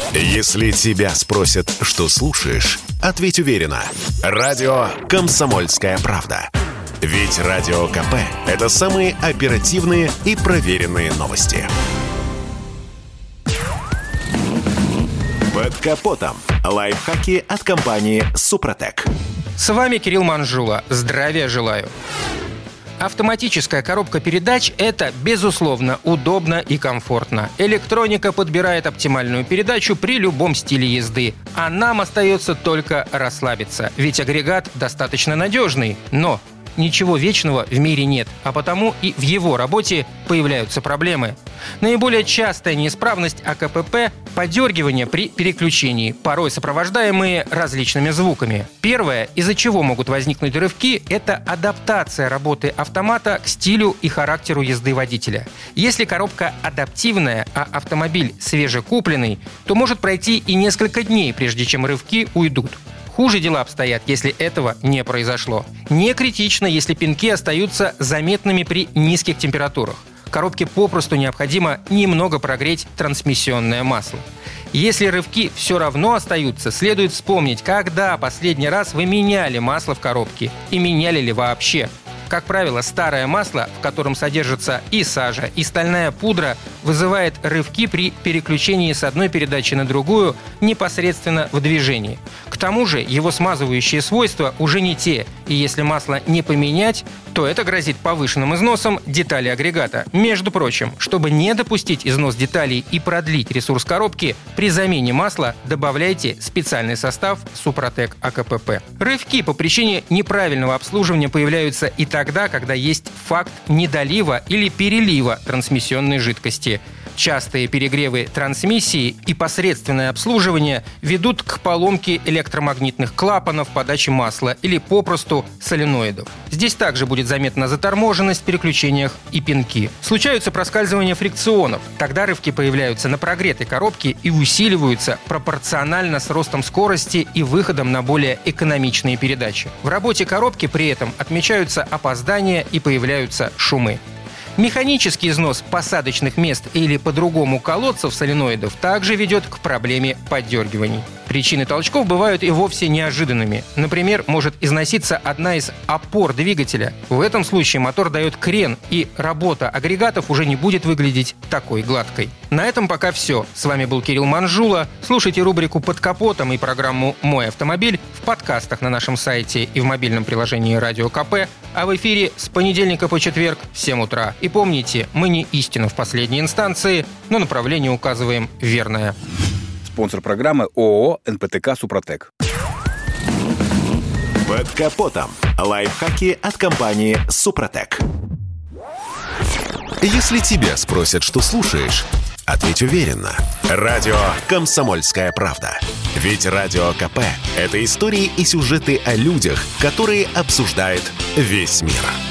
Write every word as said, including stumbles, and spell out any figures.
Если тебя спросят, что слушаешь, ответь уверенно. Радио «Комсомольская правда». Ведь Радио КП – это самые оперативные и проверенные новости. Под капотом. Лайфхаки от компании «Супротек». С вами Кирилл Манжула. Здравия желаю. Автоматическая коробка передач – это, безусловно, удобно и комфортно. Электроника подбирает оптимальную передачу при любом стиле езды. А нам остается только расслабиться, ведь агрегат достаточно надежный. Но ничего вечного в мире нет, а потому и в его работе появляются проблемы. Наиболее частая неисправность АКПП – подергивание при переключении, порой сопровождаемые различными звуками. Первое, из-за чего могут возникнуть рывки, это адаптация работы автомата к стилю и характеру езды водителя. Если коробка адаптивная, а автомобиль свежекупленный, то может пройти и несколько дней, прежде чем рывки уйдут. Хуже дела обстоят, если этого не произошло. Не критично, если пинки остаются заметными при низких температурах. Коробке попросту необходимо немного прогреть трансмиссионное масло. Если рывки все равно остаются, следует вспомнить, когда последний раз вы меняли масло в коробке и меняли ли вообще. Как правило, старое масло, в котором содержится и сажа, и стальная пудра, вызывает рывки при переключении с одной передачи на другую непосредственно в движении. К тому же его смазывающие свойства уже не те, и если масло не поменять, то это грозит повышенным износом деталей агрегата. Между прочим, чтобы не допустить износ деталей и продлить ресурс коробки, при замене масла добавляйте специальный состав Супротек АКПП. Рывки по причине неправильного обслуживания появляются и тогда, когда есть факт недолива или перелива трансмиссионной жидкости. Частые перегревы трансмиссии и посредственное обслуживание ведут к поломке электромагнитных клапанов подачи масла или попросту соленоидов. Здесь также будет заметна заторможенность в переключениях и пинки. Случаются проскальзывания фрикционов. Тогда рывки появляются на прогретой коробке и усиливаются пропорционально с ростом скорости и выходом на более экономичные передачи. В работе коробки при этом отмечаются опоздания и появляются шумы. Механический износ посадочных мест или по-другому колодцев соленоидов также ведет к проблеме поддергиваний. Причины толчков бывают и вовсе неожиданными. Например, может износиться одна из опор двигателя. В этом случае мотор дает крен, и работа агрегатов уже не будет выглядеть такой гладкой. На этом пока все. С вами был Кирилл Манжула. Слушайте рубрику «Под капотом» и программу «Мой автомобиль» в подкастах на нашем сайте и в мобильном приложении Радио КП, а в эфире с понедельника по четверг в семь утра. И помните, мы не истина в последней инстанции, но направление указываем верное. Спонсор программы ООО «эн пэ тэ ка Супротек». Под капотом. Лайфхаки от компании «Супротек». Если тебя спросят, что слушаешь, ответь уверенно. Радио «Комсомольская правда». Ведь Радио КП – это истории и сюжеты о людях, которые обсуждает весь мир.